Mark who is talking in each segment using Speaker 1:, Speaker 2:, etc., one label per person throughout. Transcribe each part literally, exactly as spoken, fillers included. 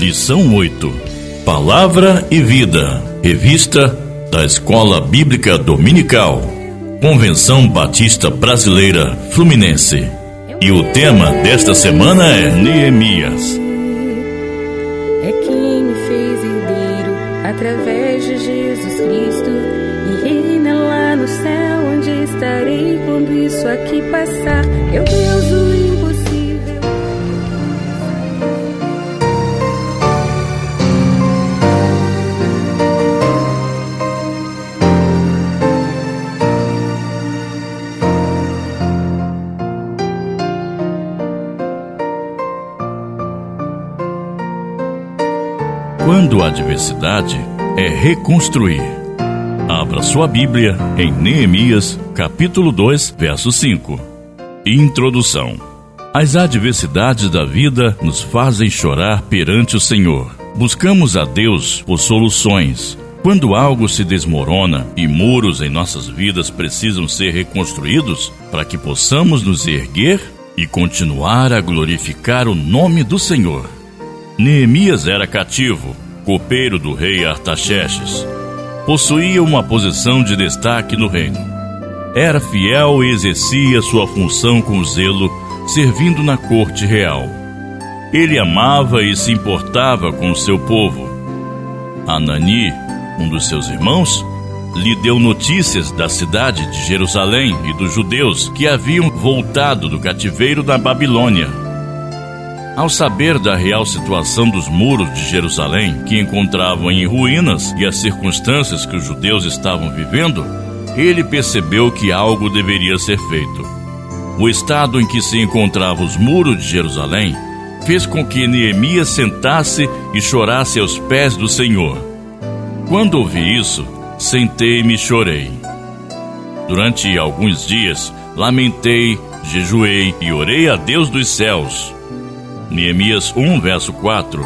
Speaker 1: Lição oito. Palavra e Vida. Revista da Escola Bíblica Dominical. Convenção Batista Brasileira Fluminense. E o tema desta semana é Neemias.
Speaker 2: É quem me fez herdeiro através de Jesus Cristo, e reina lá no céu, onde estarei quando isso aqui passar. Eu Deus o impossível.
Speaker 1: Quando a adversidade é reconstruir. Abra sua Bíblia em Neemias, capítulo dois, verso cinco. Introdução. As adversidades da vida nos fazem chorar perante o Senhor. Buscamos a Deus por soluções. Quando algo se desmorona e muros em nossas vidas precisam ser reconstruídos para que possamos nos erguer e continuar a glorificar o nome do Senhor. Neemias era cativo, copeiro do rei Artaxerxes. Possuía uma posição de destaque no reino. Era fiel e exercia sua função com zelo, servindo na corte real. Ele amava e se importava com o seu povo. Anani, um dos seus irmãos, lhe deu notícias da cidade de Jerusalém e dos judeus que haviam voltado do cativeiro da Babilônia. Ao saber da real situação dos muros de Jerusalém, que encontravam em ruínas, e as circunstâncias que os judeus estavam vivendo, ele percebeu que algo deveria ser feito. O estado em que se encontravam os muros de Jerusalém fez com que Neemias sentasse e chorasse aos pés do Senhor. Quando ouvi isso, sentei-me e chorei. Durante alguns dias, lamentei, jejuei e orei a Deus dos céus. Neemias um, verso quatro.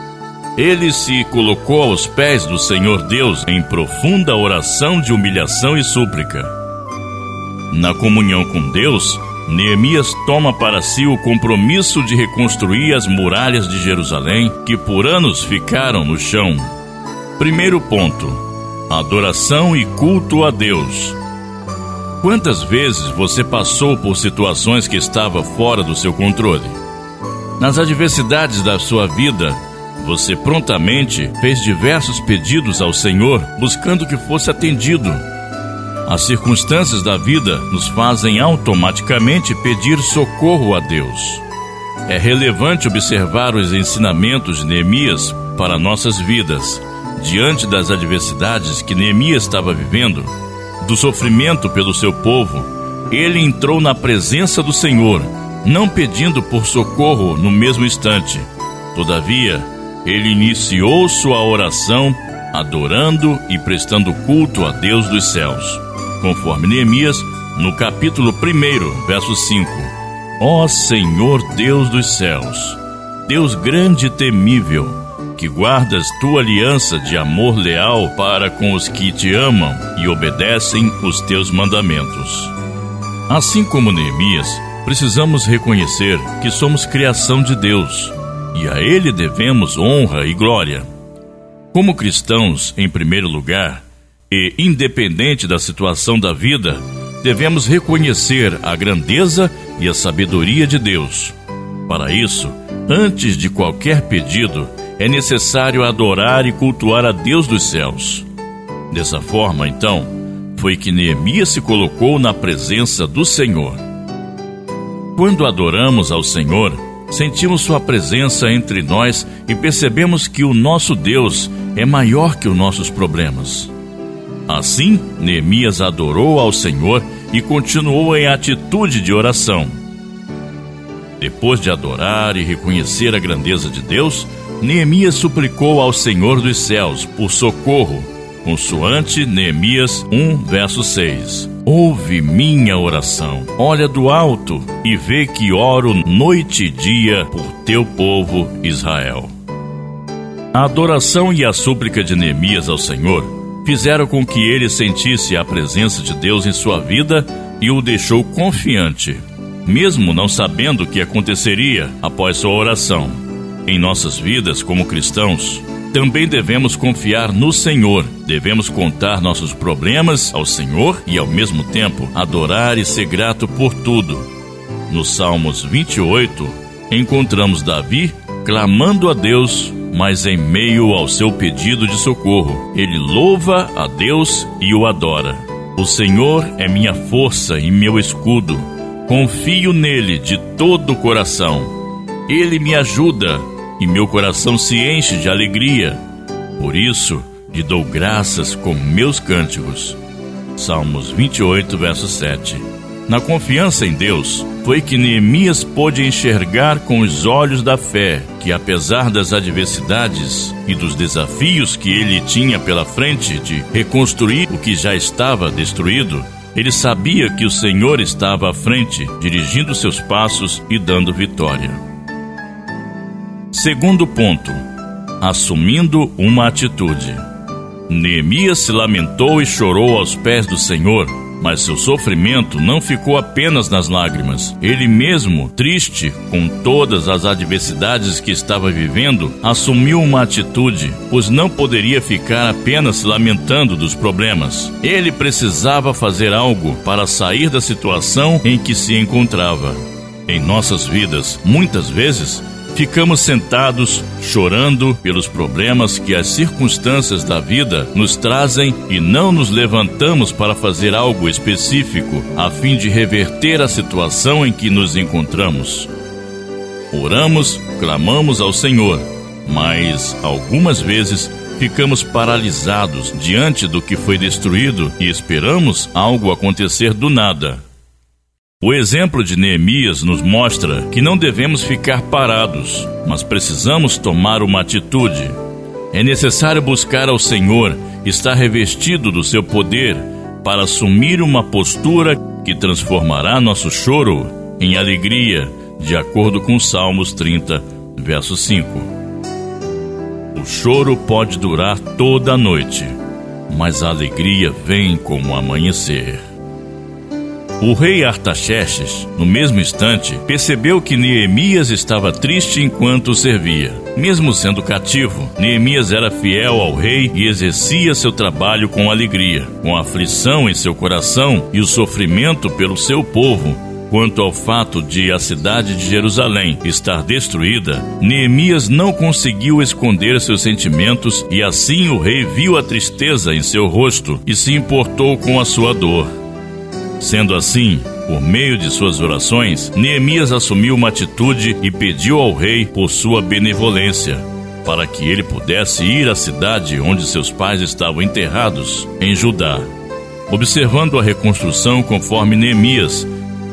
Speaker 1: Ele se colocou aos pés do Senhor Deus em profunda oração de humilhação e súplica. Na comunhão com Deus, Neemias toma para si o compromisso de reconstruir as muralhas de Jerusalém que por anos ficaram no chão. Primeiro ponto: adoração e culto a Deus. Quantas vezes você passou por situações que estavam fora do seu controle? Nas adversidades da sua vida, você prontamente fez diversos pedidos ao Senhor, buscando que fosse atendido. As circunstâncias da vida nos fazem automaticamente pedir socorro a Deus. É relevante observar os ensinamentos de Neemias para nossas vidas. Diante das adversidades que Neemias estava vivendo, do sofrimento pelo seu povo, ele entrou na presença do Senhor, não pedindo por socorro no mesmo instante. Todavia, ele iniciou sua oração adorando e prestando culto a Deus dos céus, conforme Neemias, no capítulo um, verso cinco. Ó Senhor Deus dos céus, Deus grande e temível, que guardas tua aliança de amor leal para com os que te amam e obedecem os teus mandamentos. Assim como Neemias, precisamos reconhecer que somos criação de Deus e a Ele devemos honra e glória. Como cristãos, em primeiro lugar, e independente da situação da vida, devemos reconhecer a grandeza e a sabedoria de Deus. Para isso, antes de qualquer pedido, é necessário adorar e cultuar a Deus dos céus. Dessa forma, então, foi que Neemias se colocou na presença do Senhor. Quando adoramos ao Senhor, sentimos sua presença entre nós e percebemos que o nosso Deus é maior que os nossos problemas. Assim, Neemias adorou ao Senhor e continuou em atitude de oração. Depois de adorar e reconhecer a grandeza de Deus, Neemias suplicou ao Senhor dos céus por socorro, consoante Neemias um, verso seis. Ouve minha oração, olha do alto e vê que oro noite e dia por teu povo Israel. A adoração e a súplica de Neemias ao Senhor fizeram com que ele sentisse a presença de Deus em sua vida e o deixou confiante, mesmo não sabendo o que aconteceria após sua oração. Em nossas vidas como cristãos, também devemos confiar no Senhor. Devemos contar nossos problemas ao Senhor e, ao mesmo tempo, adorar e ser grato por tudo. No Salmos vinte e oito, encontramos Davi clamando a Deus, mas em meio ao seu pedido de socorro, ele louva a Deus e o adora. O Senhor é minha força e meu escudo. Confio nele de todo o coração. Ele me ajuda e meu coração se enche de alegria. Por isso, lhe dou graças com meus cânticos. Salmos vinte e oito, verso sete. Na confiança em Deus, foi que Neemias pôde enxergar com os olhos da fé que, apesar das adversidades e dos desafios que ele tinha pela frente de reconstruir o que já estava destruído, ele sabia que o Senhor estava à frente, dirigindo seus passos e dando vitória. Segundo ponto, assumindo uma atitude. Neemias se lamentou e chorou aos pés do Senhor, mas seu sofrimento não ficou apenas nas lágrimas. Ele mesmo, triste com todas as adversidades que estava vivendo, assumiu uma atitude, pois não poderia ficar apenas se lamentando dos problemas. Ele precisava fazer algo para sair da situação em que se encontrava. Em nossas vidas, muitas vezes, ficamos sentados, chorando pelos problemas que as circunstâncias da vida nos trazem e não nos levantamos para fazer algo específico a fim de reverter a situação em que nos encontramos. Oramos, clamamos ao Senhor, mas algumas vezes ficamos paralisados diante do que foi destruído e esperamos algo acontecer do nada. O exemplo de Neemias nos mostra que não devemos ficar parados, mas precisamos tomar uma atitude. É necessário buscar ao Senhor, estar revestido do seu poder, para assumir uma postura que transformará nosso choro em alegria, de acordo com Salmos trinta, verso cinco. O choro pode durar toda a noite, mas a alegria vem como o amanhecer. O rei Artaxerxes, no mesmo instante, percebeu que Neemias estava triste enquanto o servia. Mesmo sendo cativo, Neemias era fiel ao rei e exercia seu trabalho com alegria. Com a aflição em seu coração e o sofrimento pelo seu povo, quanto ao fato de a cidade de Jerusalém estar destruída, Neemias não conseguiu esconder seus sentimentos e assim o rei viu a tristeza em seu rosto e se importou com a sua dor. Sendo assim, por meio de suas orações, Neemias assumiu uma atitude e pediu ao rei por sua benevolência, para que ele pudesse ir à cidade onde seus pais estavam enterrados, em Judá. Observando a reconstrução conforme Neemias,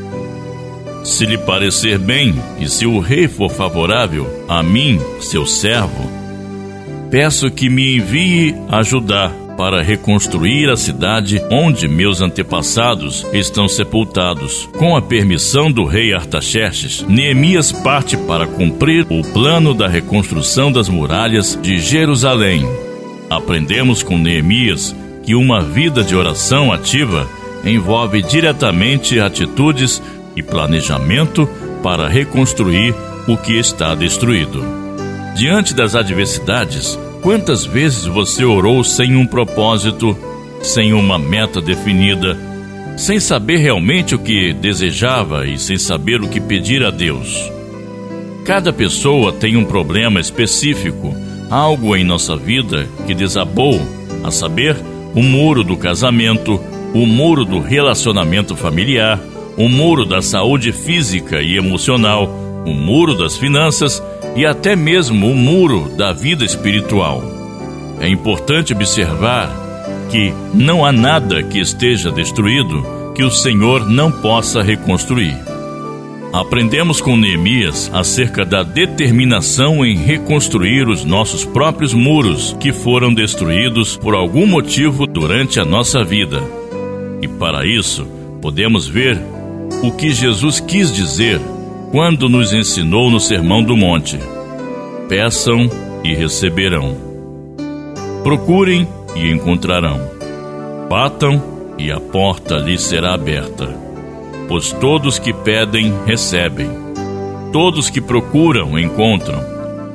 Speaker 1: se lhe parecer bem e se o rei for favorável a mim, seu servo, peço que me envie a Judá para reconstruir a cidade onde meus antepassados estão sepultados. Com a permissão do rei Artaxerxes, Neemias parte para cumprir o plano da reconstrução das muralhas de Jerusalém. Aprendemos com Neemias que uma vida de oração ativa envolve diretamente atitudes e planejamento para reconstruir o que está destruído. Diante das adversidades, quantas vezes você orou sem um propósito, sem uma meta definida, sem saber realmente o que desejava e sem saber o que pedir a Deus? Cada pessoa tem um problema específico, algo em nossa vida que desabou, a saber, o muro do casamento, o muro do relacionamento familiar, o muro da saúde física e emocional, o muro das finanças e até mesmo o muro da vida espiritual. É importante observar que não há nada que esteja destruído que o Senhor não possa reconstruir. Aprendemos com Neemias acerca da determinação em reconstruir os nossos próprios muros que foram destruídos por algum motivo durante a nossa vida. E para isso, podemos ver o que Jesus quis dizer quando nos ensinou no Sermão do Monte: peçam e receberão, procurem e encontrarão, batam e a porta lhes será aberta. Pois todos que pedem, recebem, todos que procuram, encontram,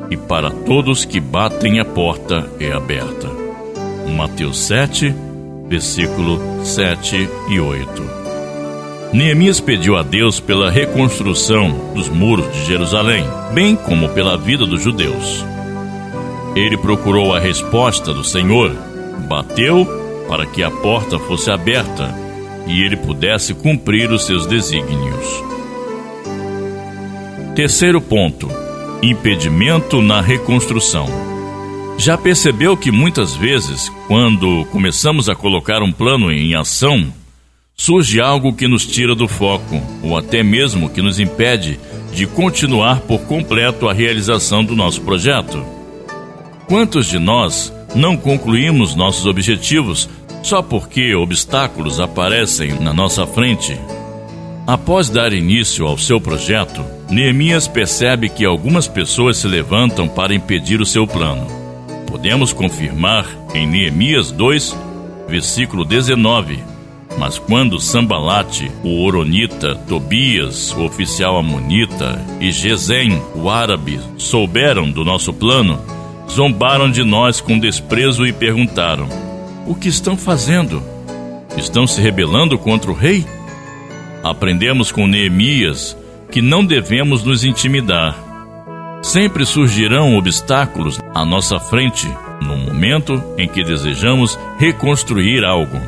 Speaker 1: e para todos que batem a porta é aberta. Mateus sete, versículo sete e oito. Neemias pediu a Deus pela reconstrução dos muros de Jerusalém, bem como pela vida dos judeus. Ele procurou a resposta do Senhor, bateu para que a porta fosse aberta e ele pudesse cumprir os seus desígnios. Terceiro ponto: impedimento na reconstrução. Já percebeu que muitas vezes, quando começamos a colocar um plano em ação, surge algo que nos tira do foco, ou até mesmo que nos impede de continuar por completo a realização do nosso projeto? Quantos de nós não concluímos nossos objetivos só porque obstáculos aparecem na nossa frente? Após dar início ao seu projeto, Neemias percebe que algumas pessoas se levantam para impedir o seu plano. Podemos confirmar em Neemias dois, versículo dezenove. Mas quando Sambalate, o Horonita, Tobias, o oficial amonita, e Gesem, o árabe, souberam do nosso plano, zombaram de nós com desprezo e perguntaram: o que estão fazendo? Estão se rebelando contra o rei? Aprendemos com Neemias que não devemos nos intimidar. Sempre surgirão obstáculos à nossa frente no momento em que desejamos reconstruir algo.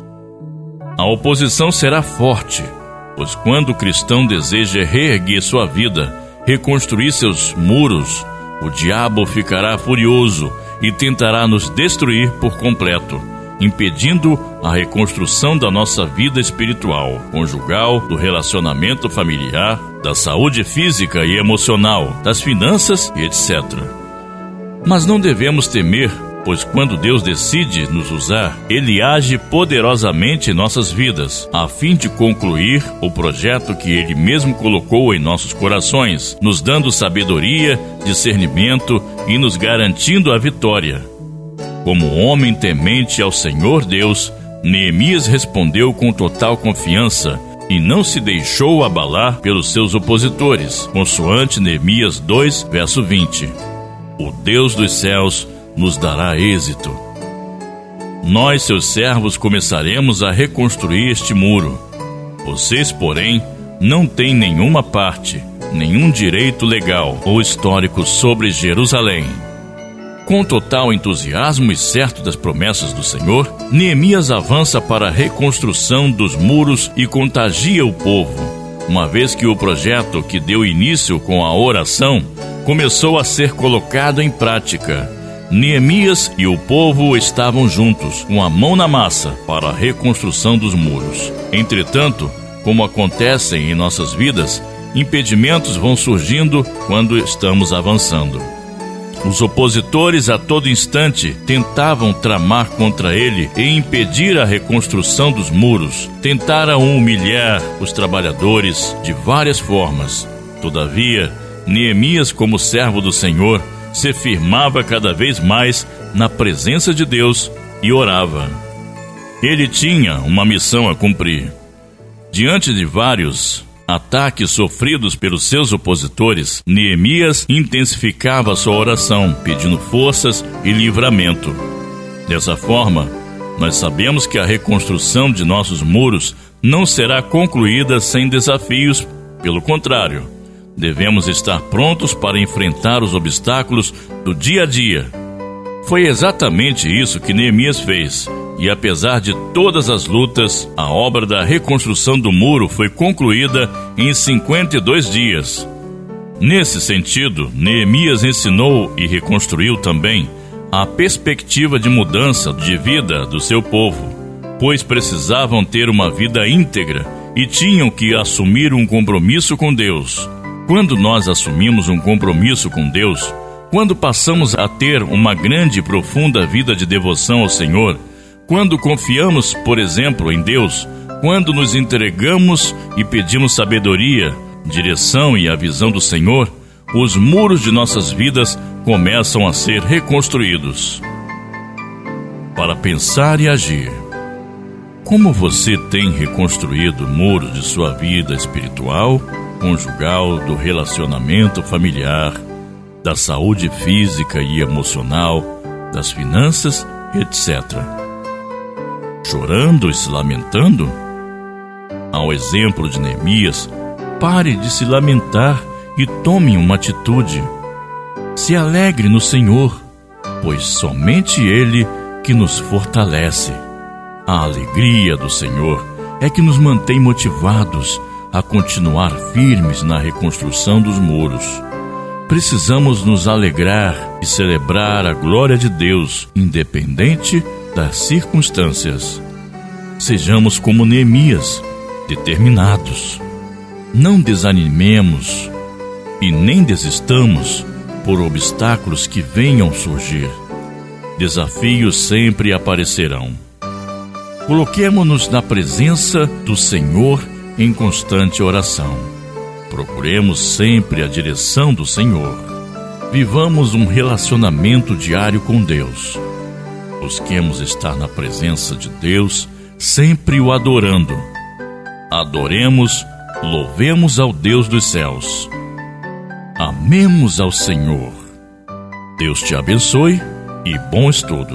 Speaker 1: A oposição será forte, pois quando o cristão deseja reerguer sua vida, reconstruir seus muros, o diabo ficará furioso e tentará nos destruir por completo, impedindo a reconstrução da nossa vida espiritual, conjugal, do relacionamento familiar, da saúde física e emocional, das finanças e etcétera. Mas não devemos temer, pois quando Deus decide nos usar, Ele age poderosamente em nossas vidas, a fim de concluir o projeto que Ele mesmo colocou em nossos corações, nos dando sabedoria, discernimento e nos garantindo a vitória. Como homem temente ao Senhor Deus, Neemias respondeu com total confiança e não se deixou abalar pelos seus opositores, consoante Neemias dois, verso vinte. O Deus dos céus nos dará êxito. Nós, seus servos, começaremos a reconstruir este muro. Vocês, porém, não têm nenhuma parte, nenhum direito legal ou histórico sobre Jerusalém. Com total entusiasmo e certo das promessas do Senhor, Neemias avança para a reconstrução dos muros e contagia o povo, uma vez que o projeto que deu início com a oração começou a ser colocado em prática. Neemias e o povo estavam juntos, com a mão na massa, para a reconstrução dos muros. Entretanto, como acontecem em nossas vidas, impedimentos vão surgindo quando estamos avançando. Os opositores a todo instante tentavam tramar contra ele e impedir a reconstrução dos muros. Tentaram humilhar os trabalhadores de várias formas. Todavia, Neemias, como servo do Senhor, se firmava cada vez mais na presença de Deus e orava. Ele tinha uma missão a cumprir. Diante de vários ataques sofridos pelos seus opositores, Neemias intensificava sua oração, pedindo forças e livramento. Dessa forma, nós sabemos que a reconstrução de nossos muros não será concluída sem desafios. Pelo contrário, devemos estar prontos para enfrentar os obstáculos do dia a dia. Foi exatamente isso que Neemias fez. E apesar de todas as lutas, a obra da reconstrução do muro foi concluída em cinquenta e dois dias. Nesse sentido, Neemias ensinou e reconstruiu também a perspectiva de mudança de vida do seu povo, pois precisavam ter uma vida íntegra e tinham que assumir um compromisso com Deus. Quando nós assumimos um compromisso com Deus, quando passamos a ter uma grande e profunda vida de devoção ao Senhor, quando confiamos, por exemplo, em Deus, quando nos entregamos e pedimos sabedoria, direção e a visão do Senhor, os muros de nossas vidas começam a ser reconstruídos. Para pensar e agir. Como você tem reconstruído muros de sua vida espiritual, conjugal, do relacionamento familiar, da saúde física e emocional, das finanças, etcétera. Chorando e se lamentando? Ao exemplo de Neemias, pare de se lamentar e tome uma atitude. Se alegre no Senhor, pois somente Ele que nos fortalece. A alegria do Senhor é que nos mantém motivados a continuar firmes na reconstrução dos muros. Precisamos nos alegrar e celebrar a glória de Deus, independente das circunstâncias. Sejamos como Neemias, determinados. Não desanimemos e nem desistamos por obstáculos que venham surgir. Desafios sempre aparecerão. Coloquemo-nos na presença do Senhor em constante oração. Procuremos sempre a direção do Senhor. Vivamos um relacionamento diário com Deus. Busquemos estar na presença de Deus, sempre o adorando. Adoremos, louvemos ao Deus dos céus. Amemos ao Senhor. Deus te abençoe e bom estudo.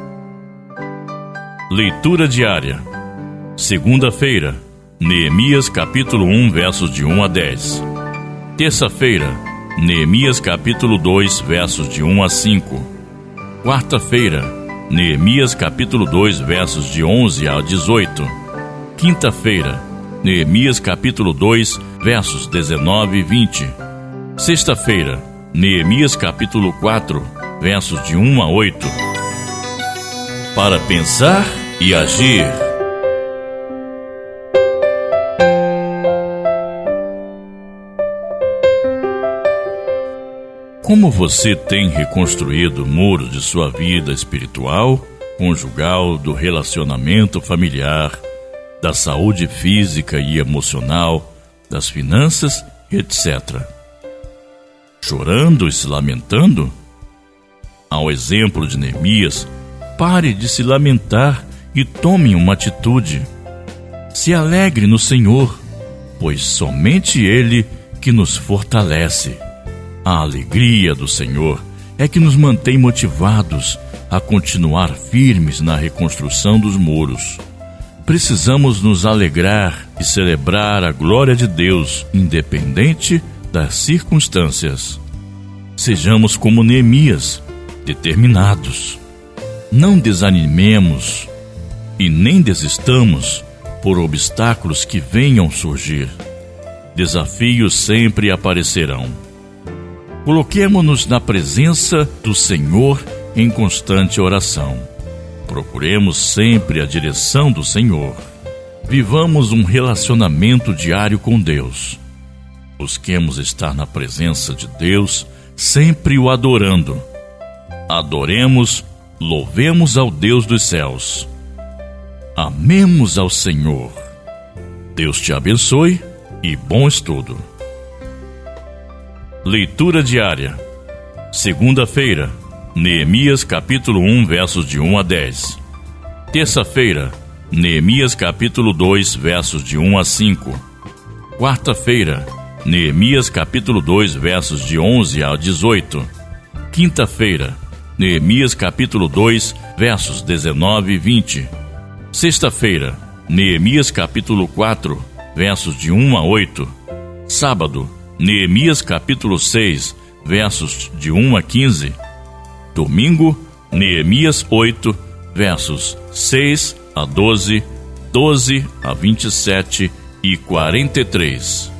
Speaker 1: Leitura diária. Segunda-feira, Neemias capítulo um, versos de um a dez. Terça-feira, Neemias capítulo dois, versos de um a cinco. Quarta-feira, Neemias capítulo dois, versos de onze a dezoito. Quinta-feira, Neemias capítulo dois, versos dezenove e vinte. Sexta-feira, Neemias capítulo quatro, versos de um a oito. Para pensar e agir. Como você tem reconstruído muros de sua vida espiritual, conjugal, do relacionamento familiar, da saúde física e emocional, das finanças, etcétera? Chorando e se lamentando? Ao exemplo de Neemias, pare de se lamentar e tome uma atitude. Se alegre no Senhor, pois somente Ele que nos fortalece. A alegria do Senhor é que nos mantém motivados a continuar firmes na reconstrução dos muros. Precisamos nos alegrar e celebrar a glória de Deus, independente das circunstâncias. Sejamos como Neemias, determinados. Não desanimemos e nem desistamos por obstáculos que venham surgir. Desafios sempre aparecerão. Coloquemo-nos na presença do Senhor em constante oração. Procuremos sempre a direção do Senhor. Vivamos um relacionamento diário com Deus. Busquemos estar na presença de Deus, sempre o adorando. Adoremos, louvemos ao Deus dos céus. Amemos ao Senhor. Deus te abençoe e bom estudo. Leitura diária. Segunda-feira, Neemias capítulo um, versos de um a dez. Terça-feira, Neemias capítulo dois, versos de um a cinco. Quarta-feira, Neemias capítulo dois, versos de onze a dezoito. Quinta-feira, Neemias capítulo dois, versos dezenove e vinte. Sexta-feira, Neemias capítulo quatro, versos de um a oito. Sábado, Neemias capítulo seis, versos de um a quinze. Domingo, Neemias oito, versos seis a doze, doze a vinte e sete e quarenta e três.